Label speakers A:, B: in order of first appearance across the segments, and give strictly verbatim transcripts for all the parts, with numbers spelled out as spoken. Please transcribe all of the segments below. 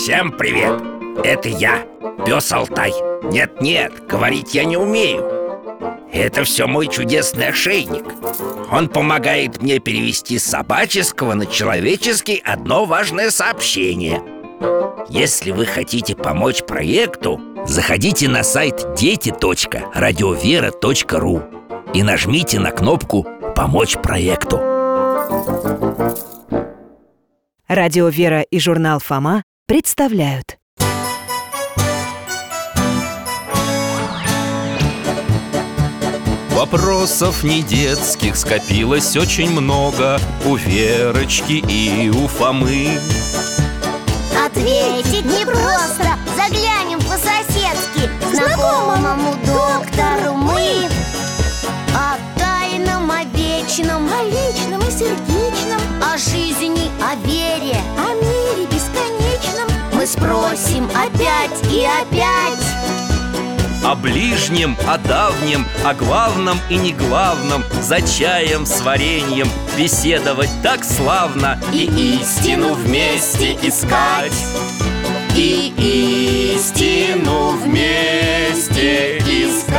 A: Всем привет! Это я, пес Алтай. Нет-нет, говорить я не умею. Это все мой чудесный ошейник. Он помогает мне перевести с собаческого на человеческий одно важное сообщение. Если вы хотите помочь проекту, заходите на сайт дети точка радиовера точка ру и нажмите на кнопку «Помочь проекту».
B: Радио «Вера» и журнал «Фома» представляют.
C: Вопросов не детских скопилось очень много у Верочки и у Фомы.
D: Ответить непросто, заглянем по-соседски знакомому доктору мы. О тайном, о вечном,
E: о личном и сердечном,
D: о жизни, о вере,
E: о мире бесконечном
D: мы спросим опять и опять.
C: О ближнем, о давнем, о главном и неглавном, за чаем с вареньем беседовать так славно.
D: И истину вместе искать,
C: и истину вместе искать.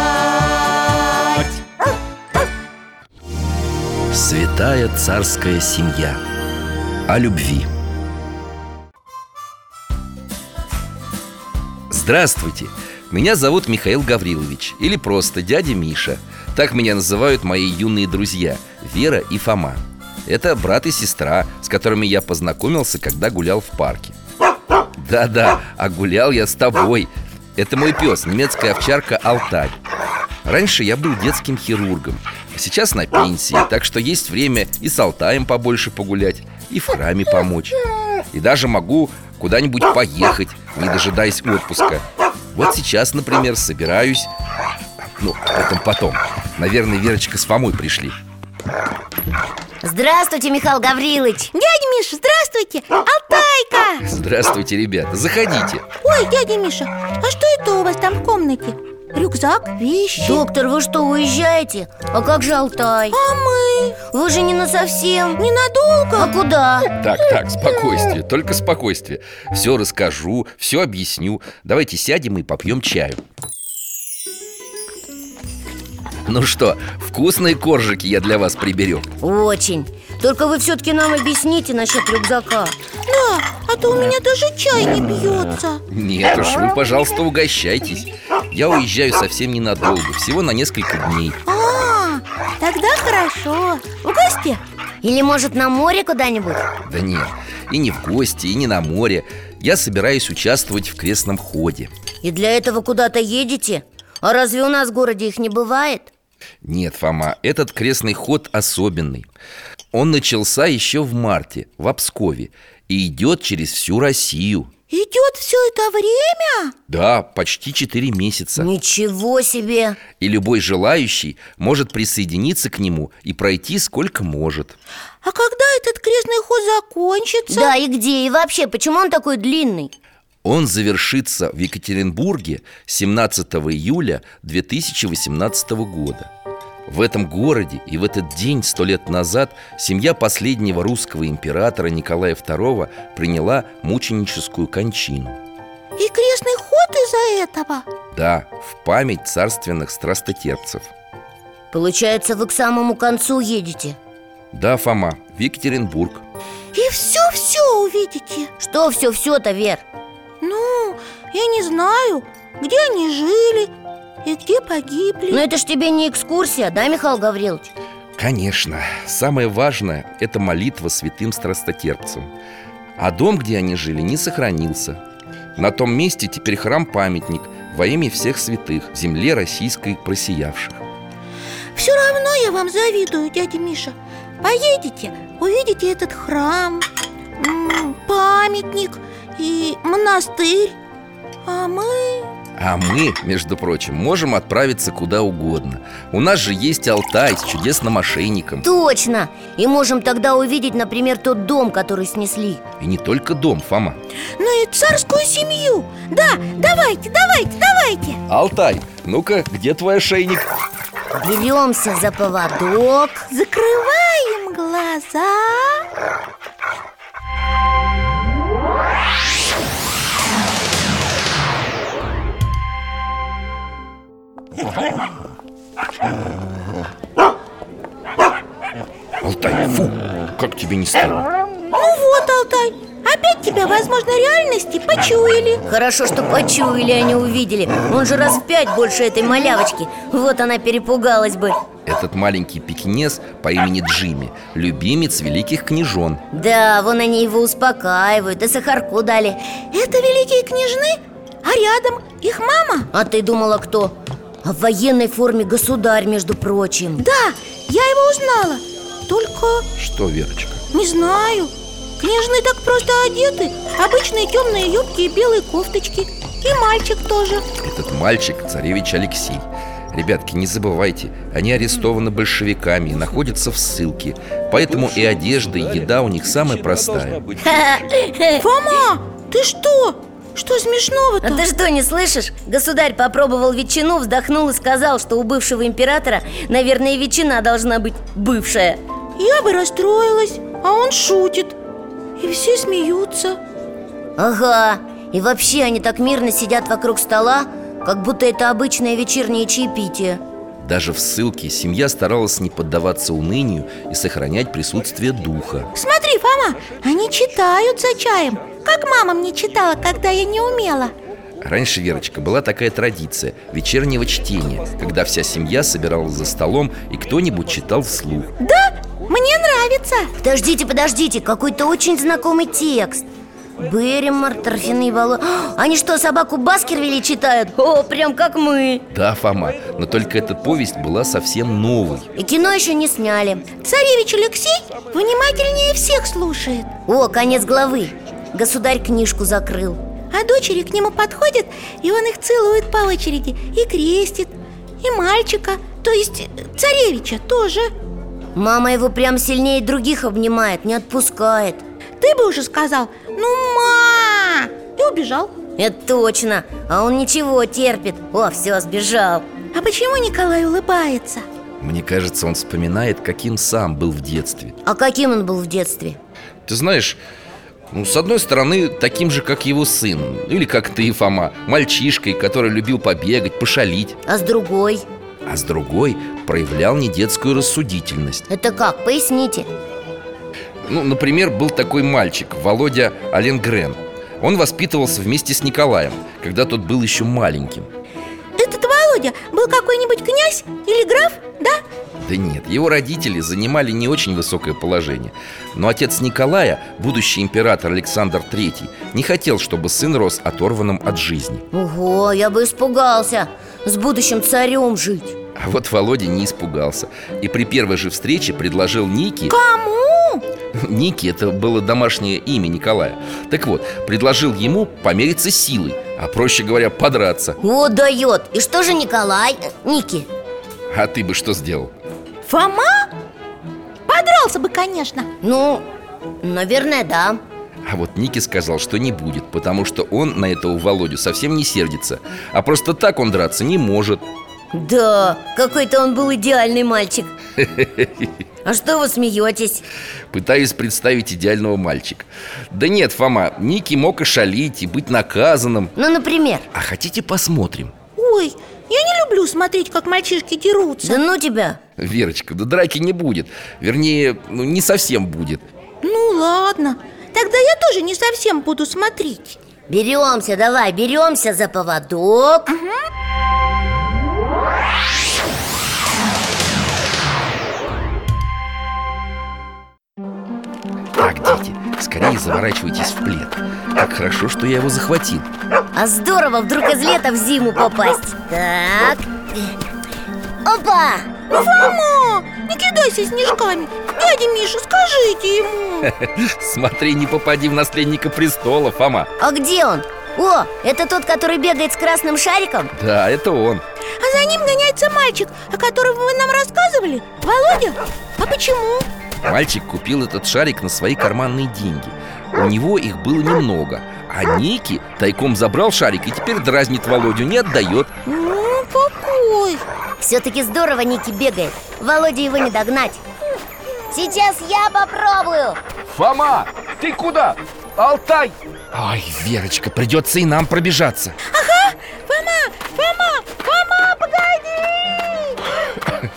A: Святая царская семья. О любви. Здравствуйте! Меня зовут Михаил Гаврилович, или просто дядя Миша. Так меня называют мои юные друзья Вера и Фома. Это брат и сестра, с которыми я познакомился, когда гулял в парке. Да-да, а гулял я с тобой. Это мой пес, немецкая овчарка Алтай. Раньше я был детским хирургом, а сейчас на пенсии, так что есть время и с Алтаем побольше погулять, и в храме помочь. И даже могу куда-нибудь поехать, не дожидаясь отпуска. Вот сейчас, например, собираюсь. Ну, потом потом. Наверное, Верочка с Фомой пришли.
D: Здравствуйте, Михаил Гаврилович.
E: Дядя Миша, здравствуйте! Алтайка!
A: Здравствуйте, ребята, заходите.
E: Ой, дядя Миша, а что это у вас там в комнате? Рюкзак, вещи?
D: Доктор, вы что, уезжаете? А как же Алтай?
E: А мы?
D: Вы же не насовсем.
E: Ненадолго?
D: А куда?
A: Так, так, спокойствие, только спокойствие. Все расскажу, все объясню. Давайте сядем и попьем чаю. Ну что, вкусные коржики я для вас приберег?
D: Очень. Только вы все-таки нам объясните насчет рюкзака.
E: Да, а то у меня даже чай не пьется.
A: Нет уж, вы, пожалуйста, угощайтесь. Я уезжаю совсем ненадолго, всего на несколько дней.
E: А, тогда хорошо. В гости?
D: Или, может, на море куда-нибудь?
A: Да нет, и не в гости, и не на море. Я собираюсь участвовать в крестном ходе.
D: И для этого куда-то едете? А разве у нас в городе их не бывает?
A: Нет, Фома, этот крестный ход особенный. Он начался еще в марте, в Пскове, и идет через всю Россию.
E: Идет все это время?
A: Да, почти четыре месяца.
D: Ничего себе!
A: И любой желающий может присоединиться к нему и пройти сколько может.
E: А когда этот крестный ход закончится?
D: Да, и где? И вообще, почему он такой длинный?
A: Он завершится в Екатеринбурге семнадцатого июля две тысячи восемнадцатого года. В этом городе и в этот день сто лет назад семья последнего русского императора Николая второго приняла мученическую кончину.
E: И крестный ход из-за этого?
A: Да, в память царственных страстотерпцев.
D: Получается, вы к самому концу едете?
A: Да, Фома, в Екатеринбург.
E: И все-все увидите?
D: Что все-все-то, Вер?
E: Ну, я не знаю, где они жили и где погибли.
D: Но это ж тебе не экскурсия, да, Михаил Гаврилович?
A: Конечно, самое важное – это молитва святым страстотерпцам. А дом, где они жили, не сохранился. На том месте теперь храм-памятник во имя всех святых в земле российской просиявших.
E: Все равно я вам завидую, дядя Миша. Поедете, увидите этот храм, памятник и монастырь. А мы...
A: А мы, между прочим, можем отправиться куда угодно. У нас же есть Алтай с чудесным ошейником.
D: Точно! И можем тогда увидеть, например, тот дом, который снесли.
A: И не только дом, Фома.
E: Ну и царскую семью. Да, давайте, давайте, давайте.
A: Алтай, ну-ка, где твой ошейник?
D: Беремся за поводок.
E: Закрываем глаза.
A: Как тебе не стыдно?
E: Ну вот, Алтай, опять тебя, возможно, реальности почуяли.
D: Хорошо, что почуяли, а не увидели. Он же раз в пять больше этой малявочки. Вот она перепугалась бы.
A: Этот маленький пекинес по имени Джимми – любимец великих княжон.
D: Да, вон они его успокаивают и сахарку дали.
E: Это великие княжны, а рядом их мама.
D: А ты думала, кто? А в военной форме государь, между прочим.
E: Да, я его узнала. Только
A: Что, Верочка?
E: не знаю. Княжны так просто одеты. Обычные темные юбки и белые кофточки. И мальчик тоже.
A: Этот мальчик – царевич Алексей. Ребятки, не забывайте, они арестованы большевиками и находятся в ссылке. Поэтому и одежда, и еда у них самая простая.
E: Фома, ты что? Что смешного-то?
D: А ты что, не слышишь? Государь попробовал ветчину, вздохнул и сказал, что у бывшего императора, наверное, и ветчина должна быть бывшая.
E: Я бы расстроилась, а он шутит. И все смеются.
D: Ага, и вообще они так мирно сидят вокруг стола, как будто это обычное вечернее чаепитие.
A: Даже в ссылке семья старалась не поддаваться унынию и сохранять присутствие духа.
E: Смотри, Фома, они читают за чаем, как мама мне читала, когда я не умела.
A: Раньше, Верочка, была такая традиция вечернего чтения, когда вся семья собиралась за столом и кто-нибудь читал вслух.
E: Да, мне нравится.
D: Подождите, подождите, какой-то очень знакомый текст. Берримор, торфяные вало... Они что, собаку Баскервилей читают? О, прям как мы.
A: Да, Фома, но только эта повесть была совсем новой.
D: И кино еще не сняли.
E: Царевич Алексей внимательнее всех слушает.
D: О, конец главы. Государь книжку закрыл.
E: А дочери к нему подходят, и он их целует по очереди и крестит. И мальчика, то есть царевича тоже.
D: Мама его прям сильнее других обнимает, не отпускает.
E: Ты бы уже сказал: ну, ма! И убежал.
D: Это точно, а он ничего, терпит. О, все, сбежал.
E: А почему Николай улыбается?
A: Мне кажется, он вспоминает, каким сам был в детстве.
D: А каким он был в детстве?
A: Ты знаешь, ну, с одной стороны, таким же, как его сын. Или как ты, Фома, мальчишкой, который любил побегать, пошалить.
D: А с другой?
A: А с другой, проявлял недетскую рассудительность.
D: Это как? Поясните.
A: Ну, например, был такой мальчик, Володя Оленгрен. Он воспитывался вместе с Николаем, когда тот был еще маленьким.
E: Этот Володя был какой-нибудь князь или граф, да?
A: Да нет, его родители занимали не очень высокое положение. Но отец Николая, будущий император Александр Третий, не хотел, чтобы сын рос оторванным от жизни.
D: Ого, я бы испугался. С будущим царем жить.
A: А вот Володя не испугался и при первой же встрече предложил Нике...
E: Кому?
A: Ники – это было домашнее имя Николая. Так вот, предложил ему помериться силой, а проще говоря, подраться.
D: Вот дает. И что же Николай? Ники?
A: А ты бы что сделал?
E: Фома? Подрался бы, конечно.
D: Ну, наверное, да.
A: А вот Ники сказал, что не будет, потому что он на этого Володю совсем не сердится, а просто так он драться не может.
D: Да, какой-то он был идеальный мальчик. А что вы смеетесь?
A: Пытаюсь представить идеального мальчика. Да нет, Фома, Ники мог и шалить, и быть наказанным.
D: Ну, например?
A: А хотите посмотрим?
E: Ой, я не люблю смотреть, как мальчишки дерутся.
D: Да ну тебя.
A: Верочка, да драки не будет. Вернее, ну не совсем будет.
E: Ну ладно, тогда я тоже не совсем буду смотреть.
D: Беремся, давай, беремся за поводок.
A: Так, дети, скорее заворачивайтесь в плед. Как хорошо, что я его захватил.
D: А здорово вдруг из лета в зиму попасть. Так. Опа!
E: Ну, Фома, не кидайся снежками. Дядя Миша, скажите ему.
A: Смотри, не попади в наследника престола, Фома.
D: А где он? О, это тот, который бегает с красным шариком?
A: Да, это он.
E: А за ним гоняется мальчик, о котором вы нам рассказывали? Володя? А почему?
A: Мальчик купил этот шарик на свои карманные деньги. У него их было немного. А Ники тайком забрал шарик и теперь дразнит Володю, не отдает.
E: Ну, какой?
D: Все-таки здорово Ники бегает. Володе его не догнать. Сейчас я попробую.
A: Фома, ты куда? Алтай! Ай, Верочка, придется и нам пробежаться.
E: Ага, Фома, Фома, Фома, погоди!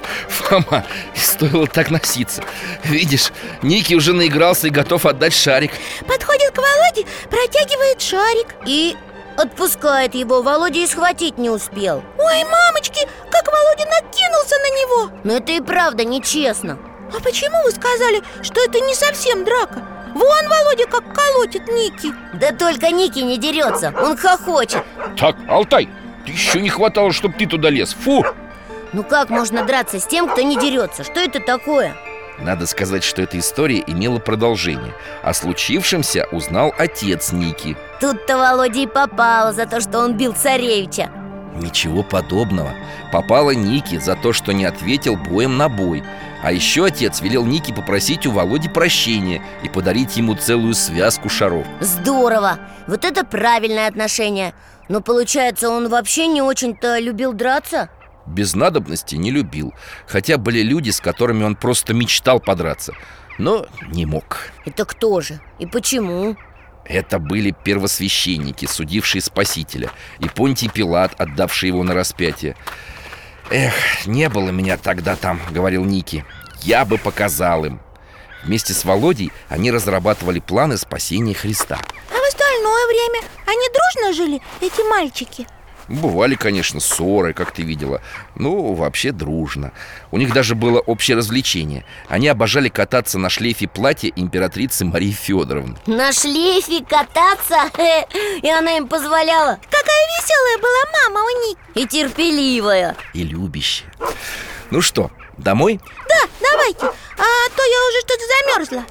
A: Фома, стоило так носиться. Видишь, Ники уже наигрался и готов отдать шарик.
E: Подходит к Володе, протягивает шарик.
D: И отпускает его, Володя и схватить не успел.
E: Ой, мамочки, как Володя накинулся на него.
D: Но это и правда нечестно.
E: А почему вы сказали, что это не совсем драка? Вон Володя как колотит Ники.
D: Да только Ники не дерется, он хохочет.
A: Так, Алтай, еще не хватало, чтобы ты туда лез. Фу!
D: Ну как можно драться с тем, кто не дерется? Что это такое?
A: Надо сказать, что эта история имела продолжение. О случившемся узнал отец Ники.
D: Тут-то Володя и попало за то, что он бил царевича.
A: Ничего подобного. Попала Ники за то, что не ответил боем на бой. А еще отец велел Ники попросить у Володи прощения и подарить ему целую связку шаров.
D: Здорово! Вот это правильное отношение. Но получается, он вообще не очень-то любил драться?
A: Без надобности не любил. Хотя были люди, с которыми он просто мечтал подраться, но не мог.
D: Это кто же? И почему?
A: Это были первосвященники, судившие Спасителя, и Понтий Пилат, отдавший его на распятие. Эх, не было меня тогда там, говорил Ники. Я бы показал им. Вместе с Володей они разрабатывали планы спасения Христа.
E: А в остальное время они дружно жили, эти мальчики?
A: Бывали, конечно, ссоры, как ты видела. Ну, вообще дружно. У них даже было общее развлечение. Они обожали кататься на шлейфе платья императрицы Марии Федоровны.
D: На шлейфе кататься? И она им позволяла?
E: Какая веселая была мама у Ники.
D: И терпеливая.
A: И любящая. Ну что, домой?
E: Да, давайте, а то я уже что-то замерзла.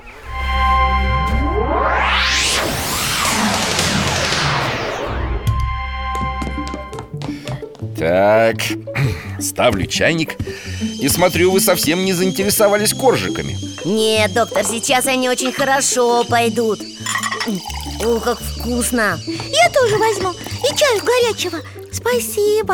A: Так, ставлю чайник. И смотрю, вы совсем не заинтересовались коржиками.
D: Нет, доктор, сейчас они очень хорошо пойдут. О, как вкусно.
E: Я тоже возьму. И чаю горячего. Спасибо.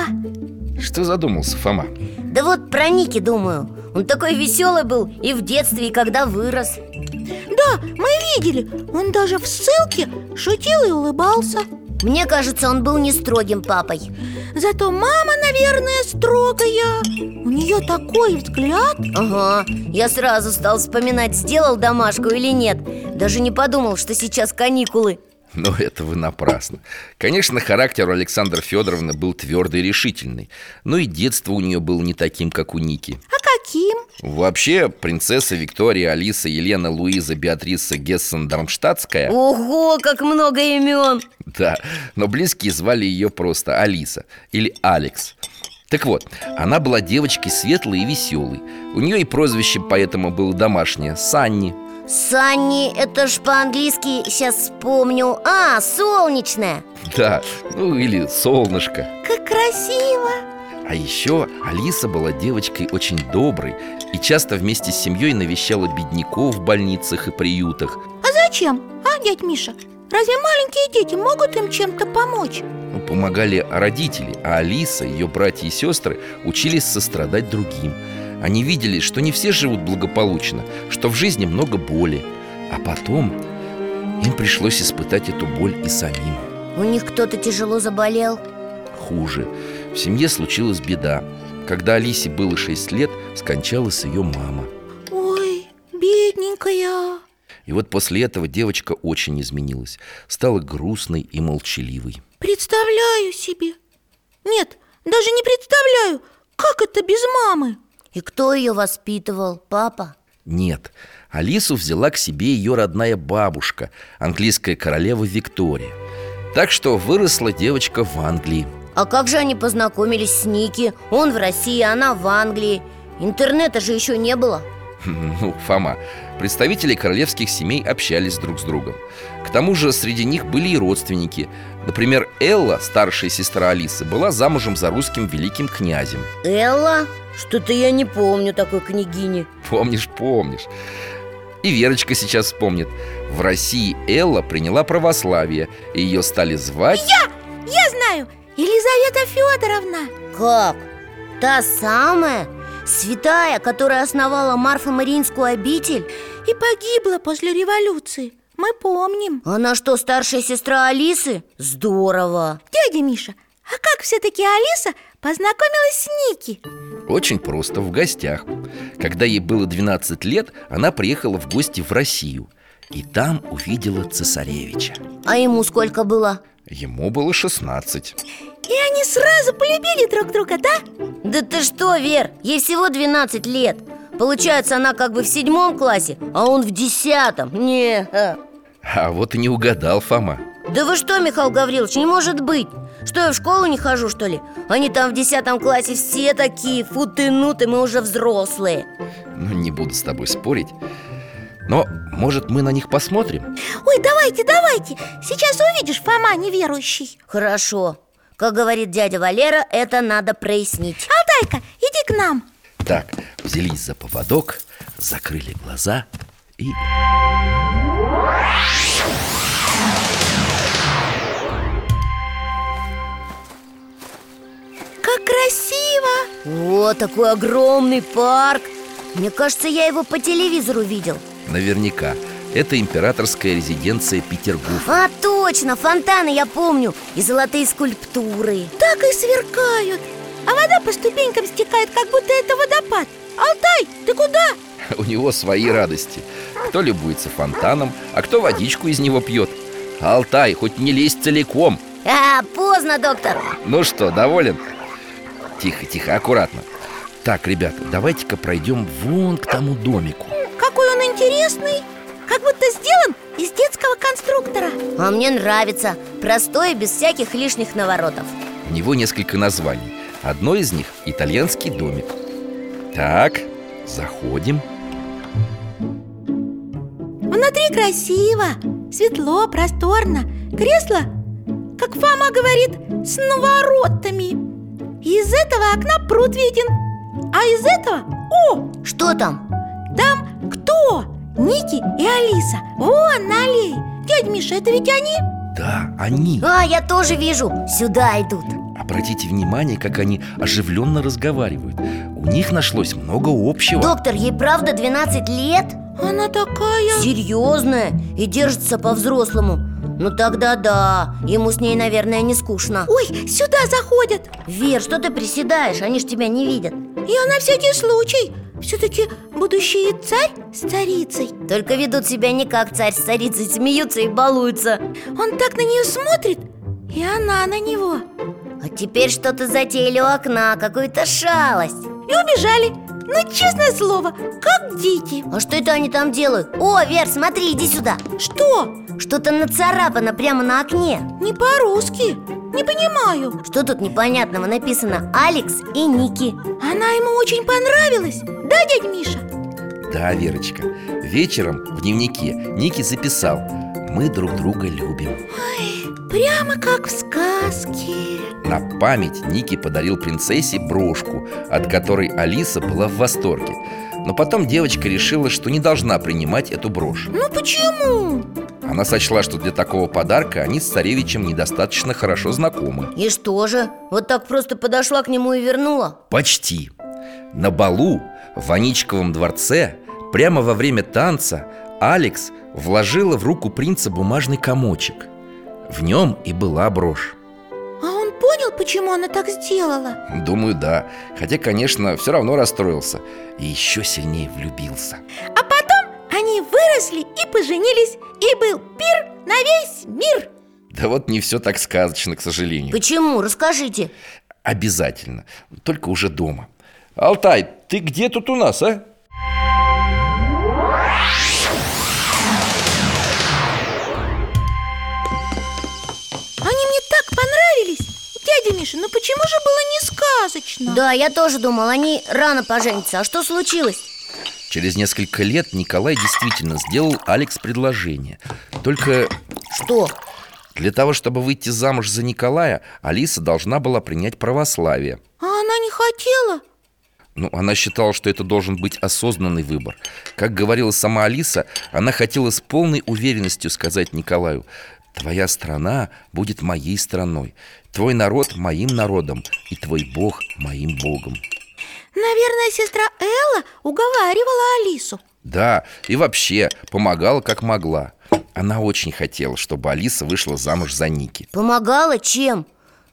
A: Что задумался, Фома?
D: Да вот про Ники думаю. Он такой веселый был и в детстве, и когда вырос.
E: Да, мы видели. Он даже в ссылке шутил и улыбался.
D: Мне кажется, он был не строгим папой.
E: Зато мама, наверное, строгая. У нее такой взгляд.
D: Ага, я сразу стал вспоминать, сделал домашку или нет. Даже не подумал, что сейчас каникулы.
A: Но это вы напрасно. Конечно, характер у Александры Федоровны был твердый и решительный. Но и детство у нее было не таким, как у Ники.
E: А каким?
A: Вообще, принцесса Виктория, Алиса, Елена, Луиза, Беатриса Гессен-Дармштадтская.
D: Ого, как много имен!
A: Да, но близкие звали ее просто Алиса или Алекс. Так вот, она была девочкой светлой и веселой. У нее и прозвище поэтому было домашнее – Санни.
D: Санни, это ж по-английски, сейчас вспомню. А, солнечная.
A: Да, ну или солнышко.
E: Как красиво.
A: А еще Алиса была девочкой очень доброй и часто вместе с семьей навещала бедняков в больницах и приютах.
E: А зачем, а, дядь Миша? Разве маленькие дети могут им чем-то помочь?
A: Ну, помогали родители, а Алиса, ее братья и сестры учились сострадать другим. Они видели, что не все живут благополучно, что в жизни много боли. А потом им пришлось испытать эту боль и самим.
D: У них кто-то тяжело заболел?
A: Хуже. В семье случилась беда. Когда Алисе было шесть лет, скончалась ее мама.
E: Ой, бедненькая.
A: И вот после этого девочка очень изменилась. Стала грустной и молчаливой.
E: Представляю себе. Нет, даже не представляю, как это без мамы.
D: И кто ее воспитывал? Папа?
A: Нет, Алису взяла к себе ее родная бабушка, английская королева Виктория. Так что выросла девочка в Англии.
D: А как же они познакомились с Ники? Он в России, она в Англии. Интернета же еще не было.
A: Ну, Фома, представители королевских семей общались друг с другом. К тому же среди них были и родственники. Например, Элла, старшая сестра Алисы, была замужем за русским великим князем.
D: Элла? Что-то я не помню такой княгини.
A: Помнишь, помнишь. И Верочка сейчас вспомнит. В России Элла приняла православие, и ее стали звать...
E: Я! Я знаю! Елизавета Федоровна.
D: Как? Та самая? Святая, которая основала Марфо-Мариинскую обитель?
E: И погибла после революции. Мы помним.
D: Она что, старшая сестра Алисы? Здорово.
E: Дядя Миша, А как все-таки Алиса познакомилась с Ники?
A: Очень просто, в гостях. Когда ей было двенадцать лет, она приехала в гости в Россию. И там увидела цесаревича.
D: А ему сколько было?
A: Ему было шестнадцать.
E: И они сразу полюбили друг друга, да?
D: Да ты что, Вер, ей всего двенадцать лет. Получается, она как бы в седьмом классе, а он в десятом. Не.
A: А вот и не угадал Фома.
D: Да вы что, Михаил Гаврилович, не может быть. Что, я в школу не хожу, что ли? Они там в десятом классе все такие, фу ты, ну ты, мы уже взрослые.
A: Ну, не буду с тобой спорить. Но, может, мы на них посмотрим?
E: Ой, давайте, давайте. Сейчас увидишь, Фома неверующий.
D: Хорошо. Как говорит дядя Валера, это надо прояснить.
E: Алтайка, иди к нам.
A: Так, взялись за поводок, закрыли глаза и...
E: Как красиво!
D: Вот такой огромный парк. Мне кажется, я его по телевизору видел.
A: Наверняка. Это императорская резиденция Петергоф.
D: А, точно, фонтаны я помню. И золотые скульптуры.
E: Так и сверкают. А вода по ступенькам стекает, как будто это водопад. Алтай, ты куда?
A: У него свои радости. Кто любуется фонтаном, а кто водичку из него пьет. Алтай, хоть не лезь целиком.
D: А, поздно, доктор.
A: Ну что, доволен? Тихо, тихо, аккуратно. Так, ребята, давайте-ка пройдем вон к тому домику.
E: Какой он интересный. Как будто сделан из детского конструктора.
D: А мне нравится. Простой, без всяких лишних наворотов.
A: У него несколько названий. Одно из них – итальянский домик. Так, заходим.
E: Внутри красиво, светло, просторно. Кресло, как Фома говорит, с наворотами. Из этого окна пруд виден. А из этого, о,
D: Что там?
E: там кто? Ники и Алиса. Вон на аллее. Дядь Миша, это ведь они?
A: Да, они.
D: А, я тоже вижу. Сюда идут.
A: Обратите внимание, как они оживленно разговаривают. У них нашлось много общего.
D: Доктор, ей правда двенадцать лет?
E: Она такая...
D: Серьезная и держится по-взрослому. Ну тогда да, ему с ней, наверное, не скучно.
E: Ой, сюда заходят.
D: Вер, что ты приседаешь? Они ж тебя не видят.
E: Я на всякий случай. Все-таки будущий царь с царицей.
D: Только ведут себя не как царь с царицей, смеются и балуются.
E: Он так на нее смотрит, и она на него.
D: А теперь что-то затеяли у окна, какую-то шалость.
E: И убежали. Ну, честное слово, как дети.
D: А что это они там делают? О, Вер, смотри, иди сюда.
E: Что?
D: Что-то нацарапано прямо на окне.
E: Не по-русски. Не понимаю.
D: Что тут непонятного написано? Алекс и Ники.
E: Она ему очень понравилась. Да, дядь Миша?
A: Да, Верочка. Вечером в дневнике Ники записал: «Мы друг друга любим».
E: Прямо как в сказке.
A: На память Ники подарил принцессе брошку, от которой Алиса была в восторге. Но потом девочка решила, что не должна принимать эту брошь.
E: Ну почему?
A: Она сочла, что для такого подарка они с царевичем недостаточно хорошо знакомы.
D: И что же? Вот так просто подошла к нему и вернула?
A: Почти. На балу в Аничковом дворце прямо во время танца Алекс вложила в руку принца бумажный комочек. В нем и была брошь.
E: А он понял, почему она так сделала?
A: Думаю, да. Хотя, конечно, все равно расстроился и еще сильнее влюбился.
E: А потом они выросли и поженились. И был пир на весь мир.
A: Да вот не все так сказочно, к сожалению.
D: Почему? Расскажите.
A: Обязательно, только уже дома. Алтай, ты где тут у нас, а?
E: Они мне так понравились. Дядя Миша, ну почему же было не сказочно?
D: Да, я тоже думал, они рано поженятся. А что случилось?
A: Через несколько лет Николай действительно сделал Алекс предложение. Только
D: Что?
A: для того, чтобы выйти замуж за Николая, Алиса должна была принять православие.
E: А она не хотела?
A: Ну, она считала, что это должен быть осознанный выбор. Как говорила сама Алиса, она хотела с полной уверенностью сказать Николаю: «Твоя страна будет моей страной, твой народ моим народом, и твой Бог моим Богом».
E: Наверное, сестра Элла уговаривала Алису.
A: Да, и вообще помогала как могла. Она очень хотела, чтобы Алиса вышла замуж за Ники.
D: Помогала чем?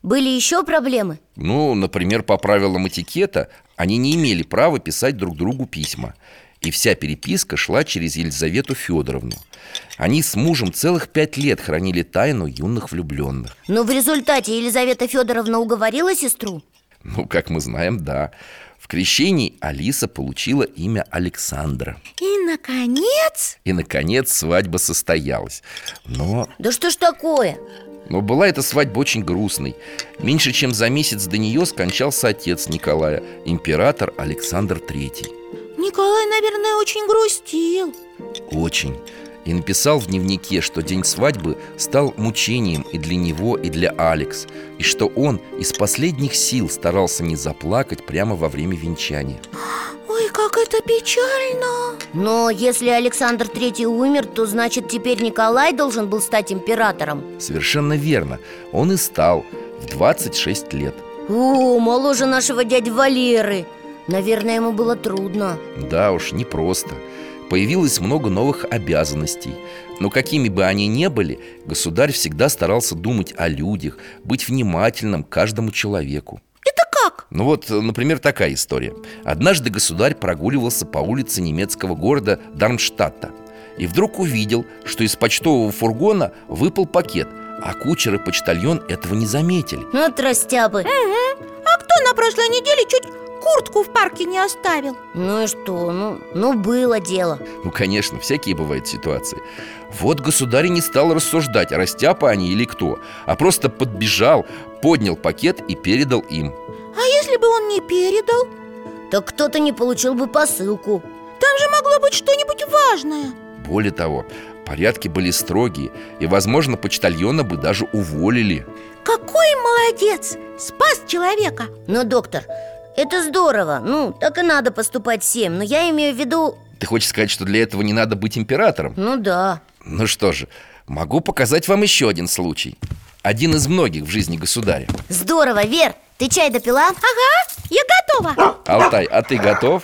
D: Были еще проблемы?
A: Ну, например, по правилам этикета они не имели права писать друг другу письма. И вся переписка шла через Елизавету Федоровну. Они с мужем целых пять лет хранили тайну юных влюбленных.
D: Но в результате Елизавета Федоровна уговорила сестру?
A: Ну, как мы знаем, да. В крещении Алиса получила имя Александра.
E: И, наконец...
A: И, наконец, свадьба состоялась. Но...
D: Да что ж такое?
A: Но была эта свадьба очень грустной. Меньше чем за месяц до нее скончался отец Николая, император Александр Третий.
E: Николай, наверное, очень грустил.
A: Очень. И написал в дневнике, что день свадьбы стал мучением и для него, и для Алекс, и что он из последних сил старался не заплакать прямо во время венчания.
E: Ой, как это печально.
D: Но если Александр Третий умер, то значит теперь Николай должен был стать императором.
A: Совершенно верно. Он и стал в двадцать шесть лет.
D: О, моложе нашего дяди Валеры. Наверное, ему было трудно.
A: Да уж, непросто. Появилось много новых обязанностей. Но какими бы они ни были, государь всегда старался думать о людях, быть внимательным к каждому человеку.
E: Это как?
A: Ну вот, например, такая история. Однажды государь прогуливался по улице немецкого города Дармштадта и вдруг увидел, что из почтового фургона выпал пакет, а кучер и почтальон этого не заметили.
D: Ну, тростяпы.
E: Угу. А кто на прошлой неделе чуть куртку в парке не оставил?
D: Ну и что? Ну, ну было дело.
A: Ну, конечно, всякие бывают ситуации. Вот государь не стал рассуждать, растяпа они или кто, а просто подбежал, поднял пакет и передал им.
E: А если бы он не передал?
D: Так кто-то не получил бы посылку.
E: Там же могло быть что-нибудь важное.
A: Более того, порядки были строгие, и, возможно, почтальона бы даже уволили.
E: Какой молодец! Спас человека.
D: Но, доктор, это здорово. Ну, так и надо поступать всем. Но я имею в виду...
A: Ты хочешь сказать, что для этого не надо быть императором?
D: Ну да.
A: Ну что же, могу показать вам еще один случай. Один из многих в жизни государя.
D: Здорово, Вер, ты чай допила?
E: Ага, я готова.
A: Алтай, а ты готов?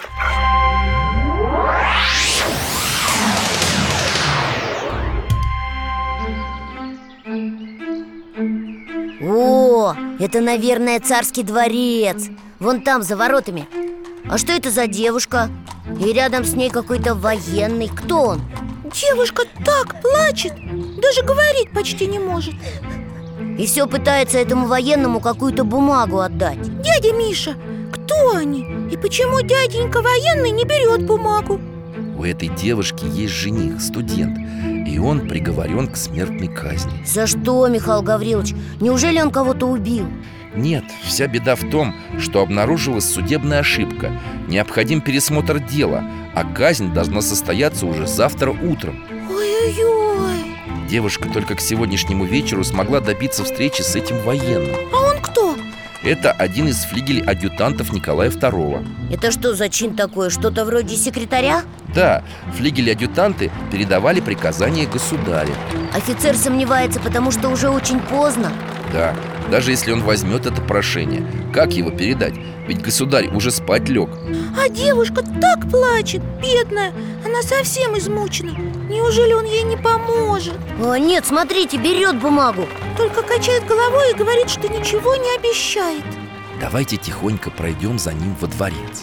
D: О, это, наверное, царский дворец. Вон там, за воротами. А что это за девушка? И рядом с ней какой-то военный. Кто он?
E: Девушка так плачет, даже говорить почти не может.
D: И все пытается этому военному какую-то бумагу отдать.
E: Дядя Миша, кто они? И почему дяденька военный не берет бумагу?
A: У этой девушки есть жених, студент, и он приговорен к смертной казни.
D: За что, Михаил Гаврилович? Неужели он кого-то убил?
A: Нет, вся беда в том, что обнаружилась судебная ошибка. Необходим пересмотр дела, а казнь должна состояться уже завтра утром.
E: Ой-ой-ой.
A: Девушка только к сегодняшнему вечеру смогла добиться встречи с этим военным.
E: А он кто?
A: Это один из флигель-адъютантов Николая Второго.
D: Это что за чин такой? Что-то вроде секретаря?
A: Да, флигель-адъютанты передавали приказания государя.
D: Офицер сомневается, потому что уже очень поздно.
A: Да, даже если он возьмет это прошение, как его передать? Ведь государь уже спать лег.
E: А девушка так плачет, бедная. Она совсем измучена. Неужели он ей не поможет?
D: О, нет, смотрите, берет бумагу.
E: Только качает головой и говорит, что ничего не обещает.
A: Давайте тихонько пройдем за ним во дворец.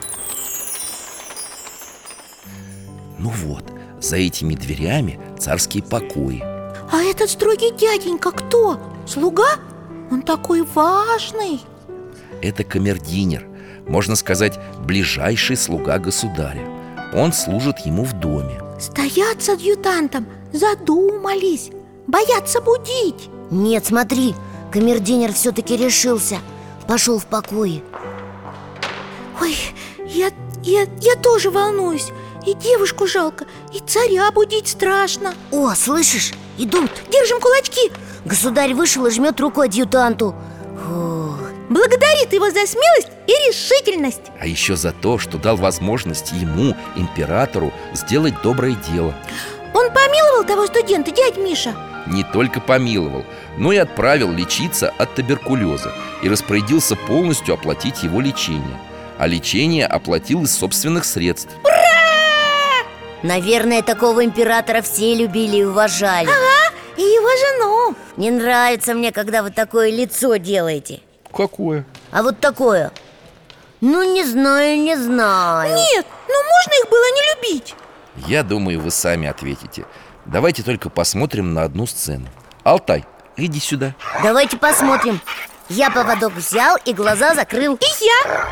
A: Ну вот, за этими дверями царские покои.
E: А этот строгий дяденька кто? Слуга? Он такой важный.
A: Это камердинер, можно сказать, ближайший слуга государя. Он служит ему в доме.
E: Стоят с адъютантом, задумались, боятся будить.
D: Нет, смотри, камердинер все-таки решился. Пошел в покое.
E: Ой, я, я, я тоже волнуюсь. И девушку жалко, и царя будить страшно.
D: О, слышишь, идут.
E: Держим кулачки.
D: Государь вышел и жмет руку адъютанту. Фух.
E: Благодарит его за смелость и решительность.
A: А еще за то, что дал возможность ему, императору, сделать доброе дело.
E: Он помиловал того студента, дядь Миша?
A: Не только помиловал, но и отправил лечиться от туберкулеза и распорядился полностью оплатить его лечение. А лечение оплатил из собственных средств.
D: Наверное, такого императора все любили и уважали.
E: Ага, и его его жену.
D: Не нравится мне, когда вы такое лицо делаете.
A: Какое?
D: А вот такое. Ну, не знаю, не знаю.
E: Нет, ну можно их было не любить.
A: Я думаю, вы сами ответите. Давайте только посмотрим на одну сцену. Алтай, иди сюда.
D: Давайте посмотрим. Я поводок взял и глаза закрыл.
E: И я.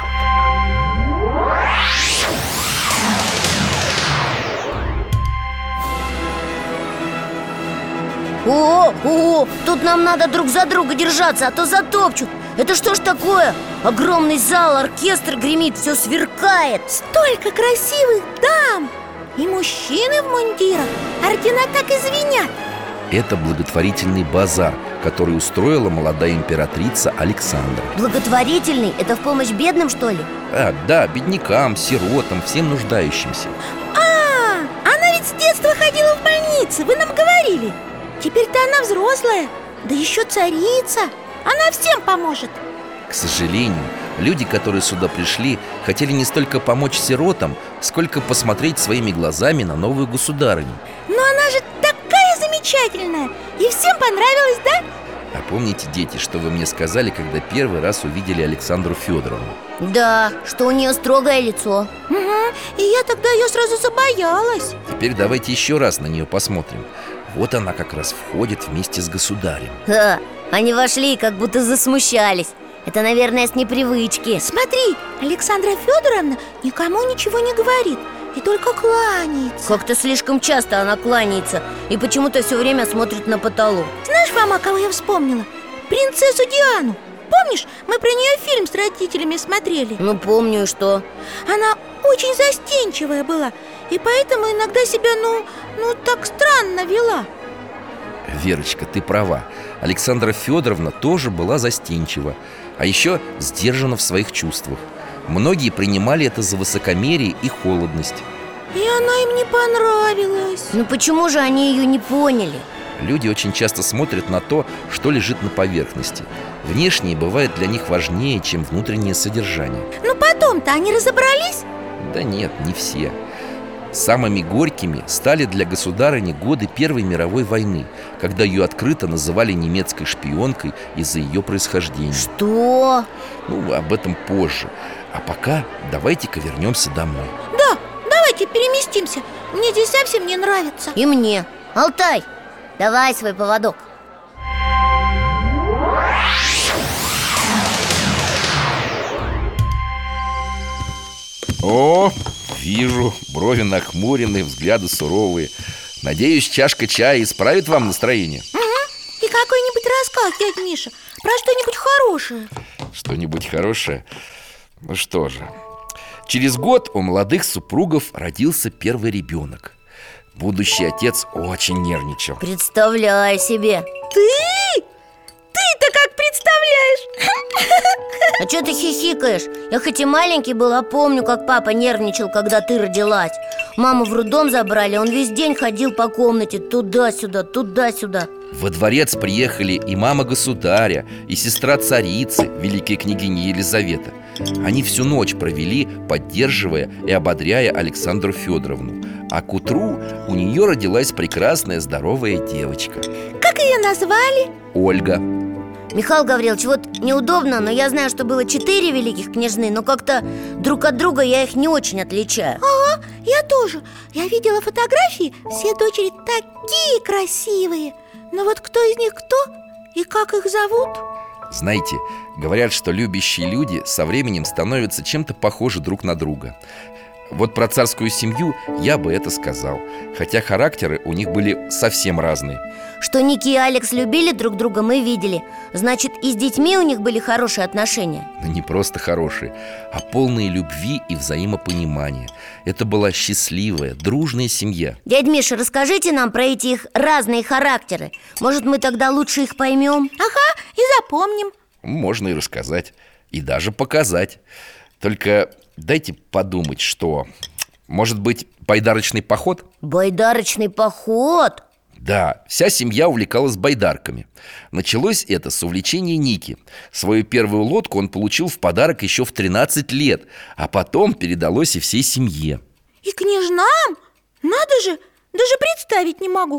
D: О, о, тут нам надо друг за друга держаться, а то затопчут. Это что ж такое? Огромный зал, оркестр гремит, все сверкает.
E: Столько красивых дам. И мужчины в мундирах. Ордена так и звенят.
A: Это благотворительный базар, который устроила молодая императрица Александра.
D: Благотворительный? Это в помощь бедным, что ли?
A: А, да, беднякам, сиротам, всем нуждающимся.
E: А, она ведь с детства ходила в больницу, вы нам говорили. Теперь-то она взрослая, да еще царица. Она всем поможет.
A: К сожалению, люди, которые сюда пришли, хотели не столько помочь сиротам, сколько посмотреть своими глазами на новую государыню.
E: Но она же такая замечательная. И всем понравилось, да?
A: А помните, дети, что вы мне сказали, когда первый раз увидели Александру Федоровну?
D: Да, что у нее строгое лицо.
E: Угу. И я тогда ее сразу забоялась.
A: Теперь давайте еще раз на нее посмотрим. Вот она как раз входит вместе с государем.
D: Ха, они вошли и как будто засмущались. Это, наверное, с непривычки.
E: Смотри, Александра Федоровна никому ничего не говорит и только кланяется.
D: Как-то слишком часто она кланяется и почему-то все время смотрит на потолок.
E: Знаешь, мама, кого я вспомнила? Принцессу Диану. Помнишь, мы про нее фильм с родителями смотрели?
D: Ну, помню, и что?
E: Она очень застенчивая была, и поэтому иногда себя, ну, ну так странно вела.
A: Верочка, ты права. Александра Федоровна тоже была застенчива, а еще сдержана в своих чувствах. Многие принимали это за высокомерие и холодность.
E: И она им не понравилась.
D: Ну почему же они ее не поняли?
A: Люди очень часто смотрят на то, что лежит на поверхности. Внешнее бывает для них важнее, чем внутреннее содержание.
E: Ну потом-то они разобрались?
A: Да нет, не все. Самыми горькими стали для государыни годы Первой мировой войны, когда ее открыто называли немецкой шпионкой из-за ее происхождения.
D: Что?
A: Ну, об этом позже. А пока давайте-ка вернемся домой.
E: Да, давайте переместимся. Мне здесь совсем не нравится.
D: И мне. Алтай, давай свой поводок.
A: О, вижу, брови нахмурены, взгляды суровые. Надеюсь, чашка чая исправит вам настроение.
E: Угу. И какой-нибудь рассказ, дядя Миша, про что-нибудь хорошее.
A: Что-нибудь хорошее? Ну что же, через год у молодых супругов родился первый ребенок. Будущий отец очень нервничал.
D: Представляю себе.
E: Ты? Ты-то как представляешь?
D: А что ты хихикаешь? Я хоть и маленький был, а помню, как папа нервничал, когда ты родилась. Маму в роддом забрали, он весь день ходил по комнате туда-сюда, туда-сюда.
A: Во дворец приехали и мама государя, и сестра царицы, великая княгиня Елизавета. Они всю ночь провели, поддерживая и ободряя Александру Федоровну. А к утру у нее родилась прекрасная здоровая девочка.
E: Как ее назвали?
A: Ольга.
D: Михаил Гаврилович, вот неудобно, но я знаю, что было четыре великих княжны, но как-то друг от друга я их не очень отличаю.
E: Ага, я тоже. Я видела фотографии, все дочери такие красивые. Но вот кто из них кто и как их зовут?
A: Знаете, говорят, что любящие люди со временем становятся чем-то похожи друг на друга. Вот про царскую семью я бы это сказал, хотя характеры у них были совсем разные.
D: Что Ники и Алекс любили друг друга, мы видели. Значит, и с детьми у них были хорошие отношения.
A: Но не просто хорошие, а полные любви и взаимопонимания. Это была счастливая, дружная семья.
D: Дядь Миша, расскажите нам про эти их разные характеры. Может, мы тогда лучше их поймем?
E: Ага, и запомним.
A: Можно и рассказать, и даже показать. Только дайте подумать, что... Может быть, байдарочный поход?
D: Байдарочный поход?
A: Да, вся семья увлекалась байдарками. Началось это с увлечения Ники. Свою первую лодку он получил в подарок еще в тринадцать лет, а потом передалось и всей семье.
E: И княжнам? Надо же, даже представить не могу.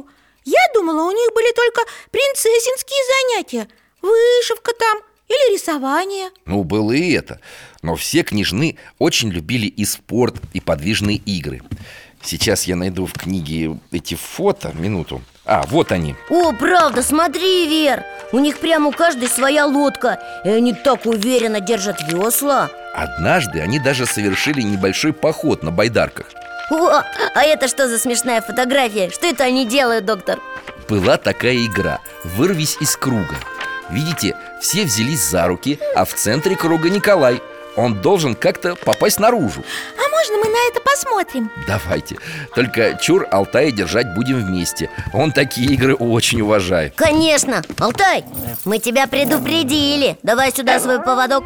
E: Я думала, у них были только принцессинские занятия. Вышивка там или рисование.
A: Ну, было и это. Но все княжны очень любили и спорт, и подвижные игры. Сейчас я найду в книге эти фото. Минуту. А, вот они.
D: О, правда, смотри, Вер, у них прямо у каждой своя лодка. И они так уверенно держат весла.
A: Однажды они даже совершили небольшой поход на байдарках.
D: О, а это что за смешная фотография? Что это они делают, доктор?
A: Была такая игра «Вырвись из круга». Видите, все взялись за руки, а в центре круга Николай. Он должен как-то попасть наружу.
E: А можно мы на это посмотрим?
A: Давайте. Только чур Алтая держать будем вместе. Он такие игры очень уважает.
D: Конечно, Алтай, мы тебя предупредили. Давай сюда свой поводок.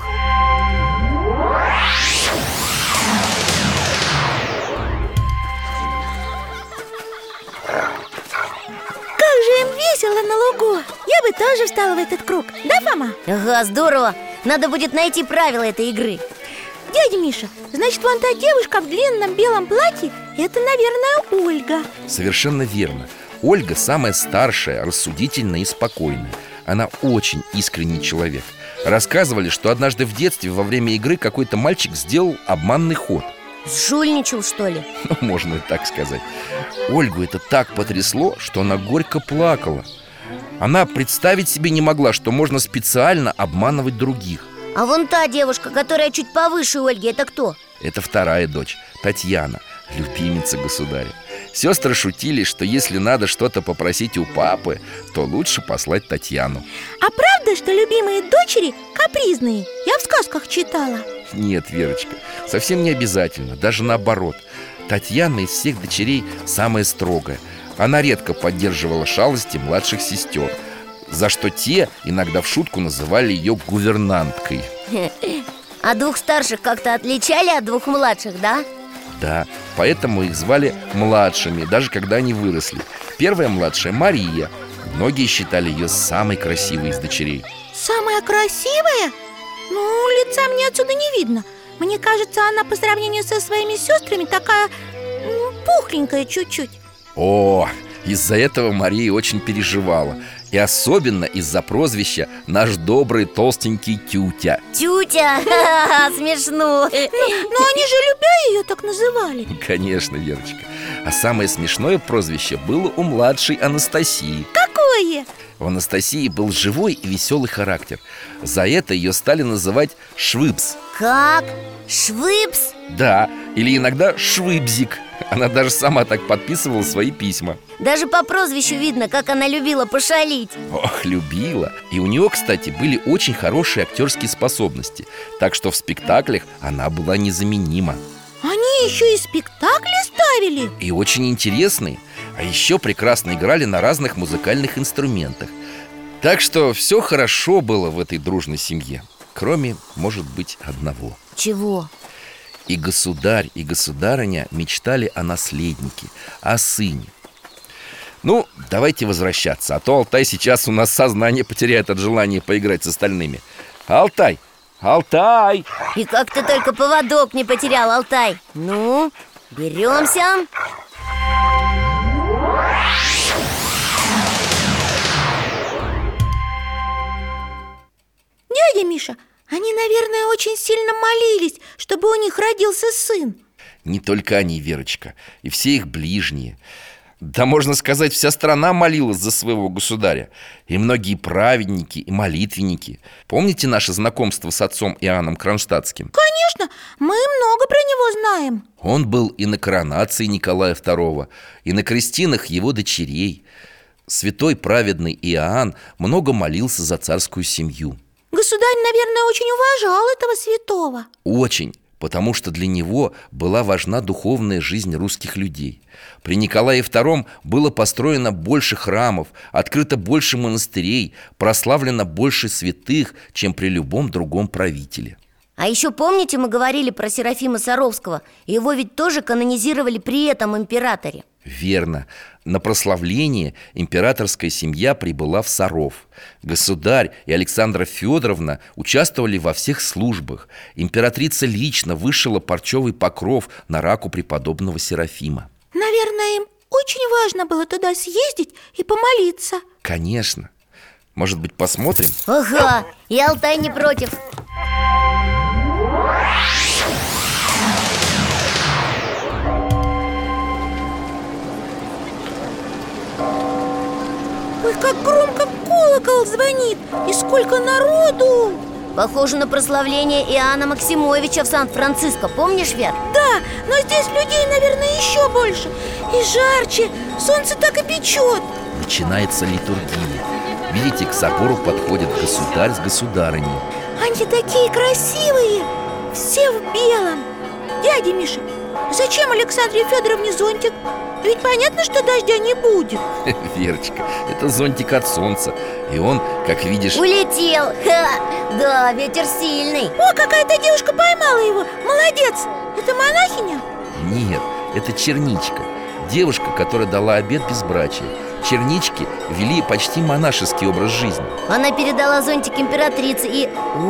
E: Как же им весело на лугу. Я бы тоже встала в этот круг. Да, Фома?
D: Ага, здорово. Надо будет найти правила этой игры.
E: Дядя Миша, значит, вон та девушка в длинном белом платье, это, наверное, Ольга.
A: Совершенно верно. Ольга самая старшая, рассудительная и спокойная. Она очень искренний человек. Рассказывали, что однажды в детстве во время игры какой-то мальчик сделал обманный ход.
D: Сжульничал, что ли?
A: Ну, можно и так сказать. Ольгу это так потрясло, что она горько плакала. Она представить себе не могла, что можно специально обманывать других.
D: А вон та девушка, которая чуть повыше Ольги, это кто?
A: Это вторая дочь, Татьяна, любимица государя. Сестры шутили, что если надо что-то попросить у папы, то лучше послать Татьяну.
E: А правда, что любимые дочери капризные? Я в сказках читала.
A: Нет, Верочка, совсем не обязательно, даже наоборот. Татьяна из всех дочерей самая строгая. Она редко поддерживала шалости младших сестер, за что те иногда в шутку называли ее гувернанткой.
D: А двух старших как-то отличали от двух младших, да?
A: Да, поэтому их звали младшими, даже когда они выросли. Первая младшая Мария. Многие считали ее самой красивой из дочерей.
E: Самая красивая? Ну, лица мне отсюда не видно. Мне кажется, она по сравнению со своими сестрами такая м, пухленькая чуть-чуть.
A: О, из-за этого Мария очень переживала. И особенно из-за прозвища «Наш добрый толстенький тютя».
D: Тютя, смешно.
E: Но они же, любя ее, так называли.
A: Конечно, Верочка. А самое смешное прозвище было у младшей Анастасии.
E: Какое?
A: У Анастасии был живой и веселый характер. За это ее стали называть Швыбс.
D: Как? Швыбс?
A: Да, или иногда Швыбзик. Она даже сама так подписывала свои письма.
D: Даже по прозвищу видно, как она любила пошалить.
A: Ох, любила. И у нее, кстати, были очень хорошие актерские способности. Так что в спектаклях она была незаменима.
E: Они еще и спектакли ставили?
A: И очень интересные. А еще прекрасно играли на разных музыкальных инструментах. Так что все хорошо было в этой дружной семье. Кроме, может быть, одного.
D: Чего?
A: И государь, и государыня мечтали о наследнике, о сыне. Ну, давайте возвращаться, а то Алтай сейчас у нас сознание потеряет от желания поиграть с остальными. Алтай! Алтай!
D: И как ты только поводок не потерял, Алтай. Ну, беремся.
E: Дядя Миша, они, наверное, очень сильно молились, чтобы у них родился сын.
A: Не только они, Верочка, и все их ближние. Да, можно сказать, вся страна молилась за своего государя. И многие праведники, и молитвенники. Помните наше знакомство с отцом Иоанном Кронштадтским?
E: Конечно, мы много про него знаем.
A: Он был и на коронации Николая второго, и на крестинах его дочерей. Святой праведный Иоанн много молился за царскую семью.
E: Государь, наверное, очень уважал этого святого.
A: Очень, потому что для него была важна духовная жизнь русских людей. При Николае втором было построено больше храмов, открыто больше монастырей, прославлено больше святых, чем при любом другом правителе.
D: А еще помните, мы говорили про Серафима Саровского? Его ведь тоже канонизировали при этом императоре.
A: Верно. На прославление императорская семья прибыла в Саров. Государь и Александра Федоровна участвовали во всех службах. Императрица лично вышила парчевый покров на раку преподобного Серафима.
E: Наверное, им очень важно было туда съездить и помолиться.
A: Конечно. Может быть, посмотрим?
D: Ага, и Алтай не против.
E: Ой, как громко колокол звонит! И сколько народу!
D: Похоже на прославление Иоанна Максимовича в Сан-Франциско. Помнишь, Вер?
E: Да, но здесь людей, наверное, еще больше. И жарче, солнце так и печет.
A: Начинается литургия. Видите, к собору подходит государь с государыней.
E: Они такие красивые, все в белом. Дядя Миша, зачем Александре Федоровне зонтик? Ведь понятно, что дождя не будет.
A: Верочка, это зонтик от солнца. И он, как видишь...
D: Улетел! Ха! Да, ветер сильный.
E: О, какая-то девушка поймала его. Молодец! Это монахиня?
A: Нет, это черничка. Девушка, которая дала обет безбрачия. Чернички вели почти монашеский образ жизни.
D: Она передала зонтик императрице и...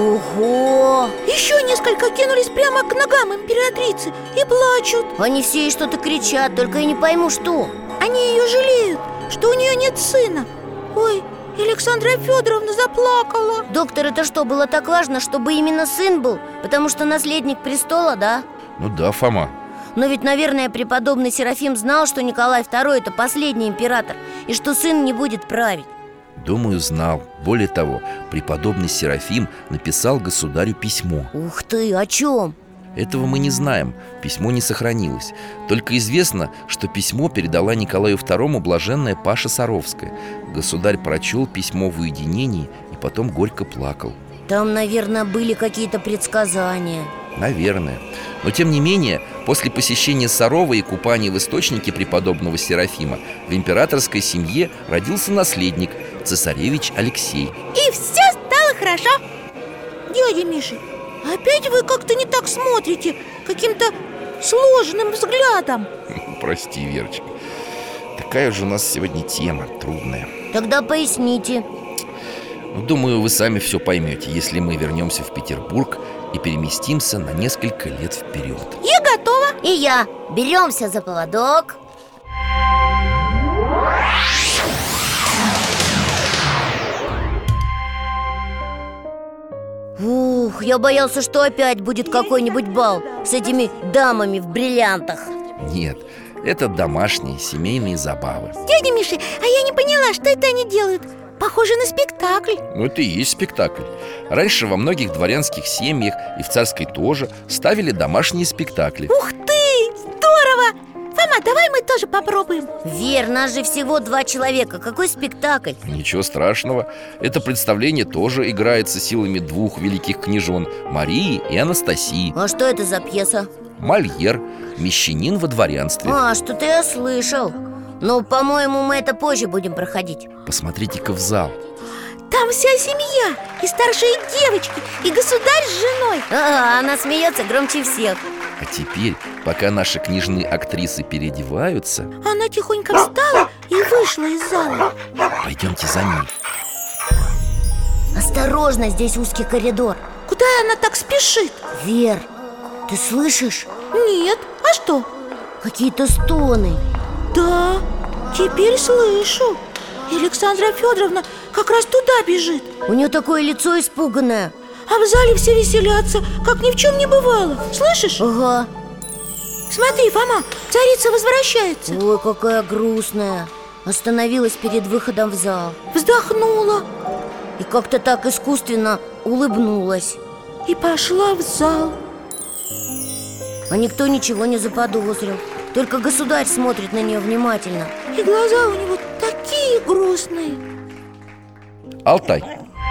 D: Ого!
E: Еще несколько кинулись прямо к ногам императрицы и плачут.
D: Они все ей что-то кричат, только я не пойму, что.
E: Они ее жалеют, что у нее нет сына. Ой, Александра Федоровна заплакала.
D: Доктор, это что, было так важно, чтобы именно сын был? Потому что наследник престола, да?
A: Ну да, Фома.
D: Но ведь, наверное, преподобный Серафим знал, что Николай второй – это последний император, и что сын не будет править.
A: Думаю, знал. Более того, преподобный Серафим написал государю письмо.
D: Ух ты, о чем?
A: Этого мы не знаем, письмо не сохранилось. Только известно, что письмо передала Николаю второму блаженная Паша Саровская. Государь прочел письмо в уединении и потом горько плакал.
D: Там, наверное, были какие-то предсказания.
A: Наверное. Но тем не менее, после посещения Сарова и купания в источнике преподобного Серафима в императорской семье родился наследник, цесаревич Алексей.
E: И все стало хорошо. Дядя Миша, опять вы как-то не так смотрите, каким-то сложным взглядом.
A: Прости, Верочка. Такая же у нас сегодня тема трудная.
D: Тогда поясните.
A: Ну, думаю, вы сами все поймете, если мы вернемся в Петербург и переместимся на несколько лет вперед.
E: Я готова.
D: И я. Беремся за поводок. Ух, я боялся, что опять будет какой-нибудь бал с этими дамами в бриллиантах.
A: Нет, это домашние семейные забавы.
E: Дядя Миша, а я не поняла, что это они делают. Похоже на спектакль.
A: Ну, это и есть спектакль. Раньше во многих дворянских семьях и в царской тоже ставили домашние спектакли.
E: Ух ты, здорово! Фома, давай мы тоже попробуем.
D: Вер, нас же всего два человека. Какой спектакль?
A: Ничего страшного. Это представление тоже играется силами двух великих княжон, Марии и Анастасии.
D: А что это за пьеса?
A: Мольер, мещанин во дворянстве.
D: А, что-то я слышал. Ну, по-моему, мы это позже будем проходить.
A: Посмотрите-ка в зал.
E: Там вся семья, и старшие девочки, и государь с женой.
D: Ага, она смеется громче всех.
A: А теперь, пока наши княжны актрисы переодеваются,
E: Она тихонько встала и вышла из зала.
A: пойдемте за ней.
D: Осторожно, здесь узкий коридор.
E: Куда она так спешит?
D: Вер, ты слышишь?
E: Нет, а что?
D: Какие-то стоны.
E: Да, теперь слышу. И Александра Федоровна как раз туда бежит.
D: У нее такое лицо испуганное.
E: А в зале все веселятся, как ни в чем не бывало. Слышишь?
D: Ага.
E: Смотри, Фома, царица возвращается.
D: Ой, какая грустная. Остановилась перед выходом в зал.
E: Вздохнула
D: И как-то так искусственно улыбнулась.
E: и пошла в зал.
D: А никто ничего не заподозрил. Только государь смотрит на нее внимательно.
E: И глаза у него такие грустные.
A: Алтай.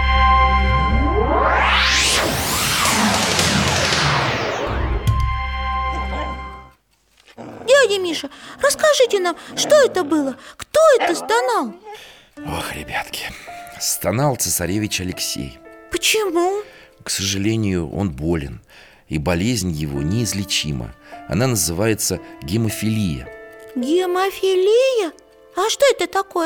E: Дядя Миша, расскажите нам, что это было? Кто это стонал?
A: Ох, ребятки, стонал цесаревич Алексей.
E: Почему?
A: К сожалению, он болен, и болезнь его неизлечима. Она называется гемофилия.
E: Гемофилия? А что это такое?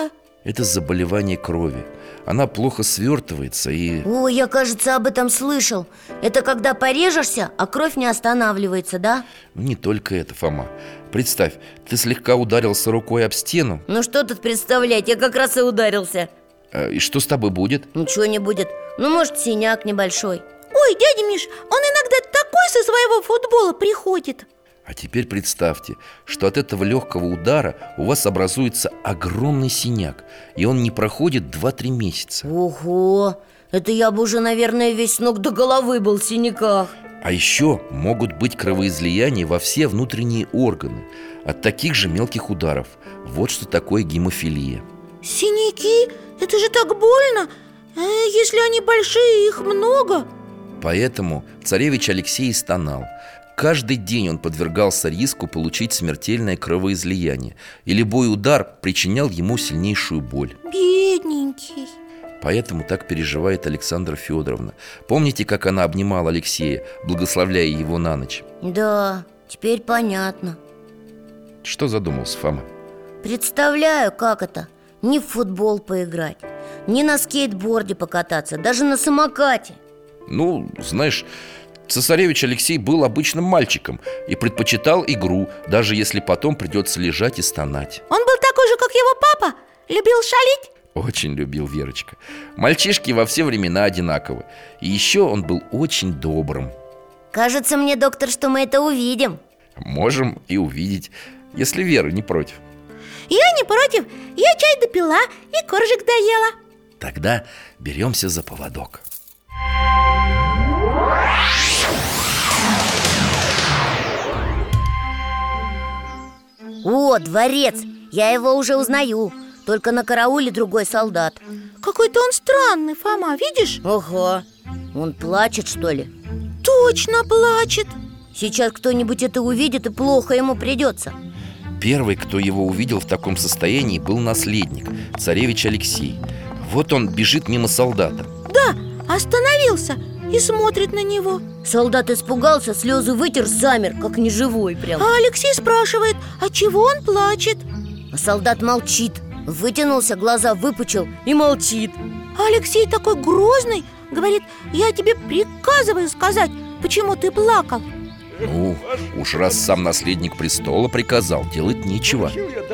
A: Это заболевание крови. Она плохо свертывается и...
D: Ой, я, кажется, об этом слышал. Это когда порежешься, а кровь не останавливается, да?
A: Не только это, Фома. Представь, ты слегка ударился рукой об стену.
D: Ну что тут представлять, я как раз и ударился.
A: а, И что с тобой будет?
D: Ничего не будет. Ну, может, синяк небольшой.
E: Ой, дядя Миш, он иногда такой со своего футбола приходит.
A: А теперь представьте, что от этого легкого удара у вас образуется огромный синяк, и он не проходит два-три месяца.
D: Ого, это я бы уже, наверное, весь с ног до головы был в синяках.
A: А еще могут быть кровоизлияния во все внутренние органы от таких же мелких ударов. Вот что такое гемофилия.
E: Синяки? Это же так больно. А если они большие, их много.
A: Поэтому царевич Алексей и стонал. Каждый день он подвергался риску получить смертельное кровоизлияние, и любой удар причинял ему сильнейшую боль.
E: Бедненький.
A: Поэтому так переживает Александра Федоровна. Помните, как она обнимала Алексея, благословляя его на ночь?
D: Да, теперь понятно.
A: Что задумался Фома?
D: Представляю, как это. Ни в футбол поиграть, ни на скейтборде покататься, даже на самокате.
A: Ну, знаешь, цесаревич Алексей был обычным мальчиком и предпочитал игру, даже если потом придется лежать и стонать.
E: Он был такой же, как его папа? Любил шалить?
A: Очень любил, Верочка. Мальчишки во все времена одинаковы. И еще он был очень добрым.
D: Кажется мне, доктор, что мы это увидим.
A: Можем и увидеть, если Вера не против.
E: Я не против. Я чай допила и коржик доела.
A: Тогда беремся за поводок.
D: О, дворец! Я его уже узнаю. Только на карауле другой солдат.
E: Какой-то он странный, Фома, видишь?
D: Ага. Он плачет, что ли?
E: Точно плачет.
D: Сейчас кто-нибудь это увидит, и плохо ему придется.
A: Первый, кто его увидел в таком состоянии, был наследник, царевич Алексей. Вот он бежит мимо солдата.
E: Да, остановился и смотрит на него.
D: Солдат испугался, слезы вытер, замер, как неживой прям.
E: А Алексей спрашивает, а чего он плачет?
D: А солдат молчит, вытянулся, глаза выпучил и молчит.
E: А Алексей такой грозный, говорит, я тебе приказываю сказать, почему ты плакал.
A: Ну, уж раз сам наследник престола приказал, делать нечего.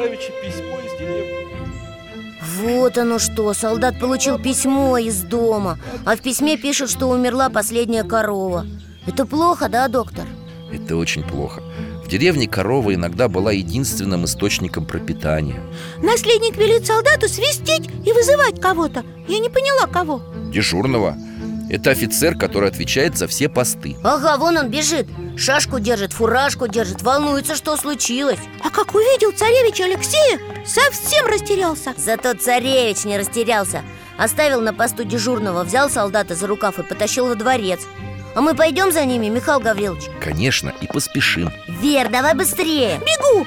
D: Вот оно что, солдат получил письмо из дома, а в письме пишет, что умерла последняя корова. Это плохо, да, доктор?
A: Это очень плохо. В деревне корова иногда была единственным источником пропитания.
E: Наследник велит солдату свистеть и вызывать кого-то. Я не поняла, кого.
A: Дежурного. Это офицер, который отвечает за все посты.
D: Ага, вон он бежит, шашку держит, фуражку держит, волнуется, что случилось.
E: А как увидел царевича Алексея, совсем растерялся.
D: Зато царевич не растерялся. Оставил на посту дежурного, взял солдата за рукав и потащил во дворец. А мы пойдем за ними, Михаил Гаврилович?
A: Конечно, и поспешим.
D: Вер, давай быстрее.
E: Бегу.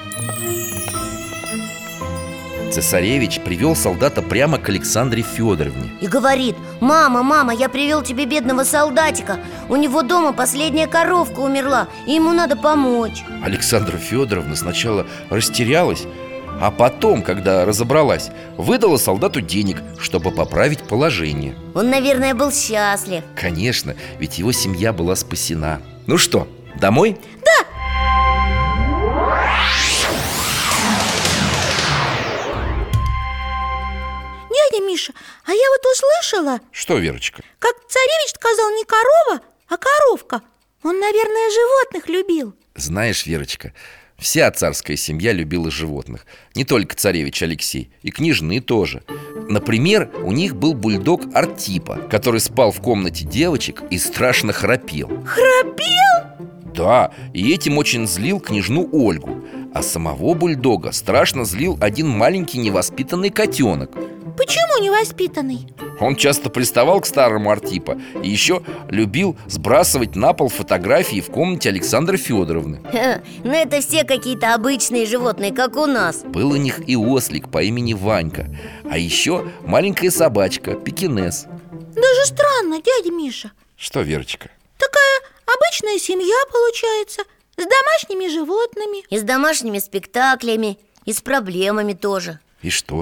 A: Цесаревич привел солдата прямо к Александре Федоровне.
D: И говорит: мама, мама, я привел тебе бедного солдатика. У него дома последняя коровка умерла, и ему надо помочь.
A: Александра Федоровна сначала растерялась, а потом, когда разобралась, выдала солдату денег, чтобы поправить положение.
D: Он, наверное, был счастлив.
A: Конечно, ведь его семья была спасена. Ну что, домой?
E: Дядя Миша, а я вот услышала,
A: Что, Верочка?
E: как царевич сказал не корова, а коровка. Он, наверное, животных любил.
A: Знаешь, Верочка, вся царская семья любила животных. Не только царевич Алексей, и княжны тоже. Например, у них был бульдог Артипа, который спал в комнате девочек и страшно храпел.
E: Храпел?
A: Да, и этим очень злил княжну Ольгу. А самого бульдога страшно злил один маленький невоспитанный котенок.
E: Почему невоспитанный?
A: Он часто приставал к старому Артипа и еще любил сбрасывать на пол фотографии в комнате Александры Федоровны.
D: Ха, ну это все какие-то обычные животные, как у нас.
A: Был у них и ослик по имени Ванька, а еще маленькая собачка Пекинес.
E: Даже странно, дядя Миша.
A: Что, Верочка?
E: Такая обычная семья получается, с домашними животными.
D: И с домашними спектаклями, и с проблемами тоже.
A: И что же?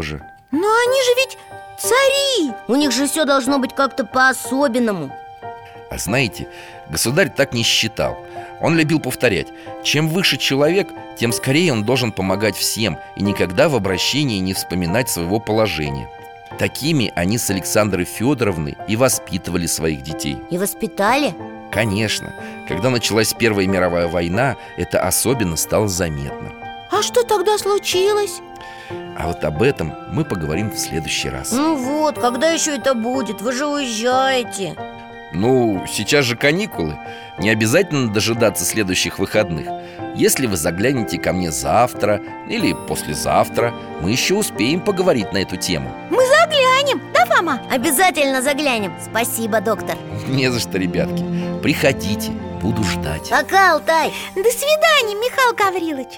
E: Но они же ведь цари!
D: У них же все должно быть как-то по-особенному.
A: А знаете, государь так не считал. Он любил повторять: чем выше человек, тем скорее он должен помогать всем и никогда в обращении не вспоминать своего положения. Такими они с Александрой Федоровной и воспитывали своих детей.
D: И воспитали?
A: Конечно, когда началась Первая мировая война, это особенно стало заметно.
E: А что тогда случилось?
A: А вот об этом мы поговорим в следующий раз.
D: Ну вот, когда еще это будет? Вы же уезжаете.
A: Ну, сейчас же каникулы. Не обязательно дожидаться следующих выходных. Если вы заглянете ко мне завтра или послезавтра, мы еще успеем поговорить на эту тему.
E: Мы заглянем, да, Фома?
D: Обязательно заглянем. Спасибо, доктор.
A: Не за что, ребятки. Приходите, буду ждать.
D: Пока, Алтай.
E: До свидания, Михаил Гаврилович.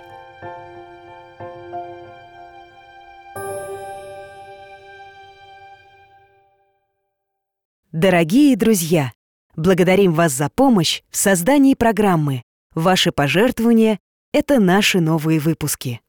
B: Дорогие друзья, благодарим вас за помощь в создании программы. Ваши пожертвования – это наши новые выпуски.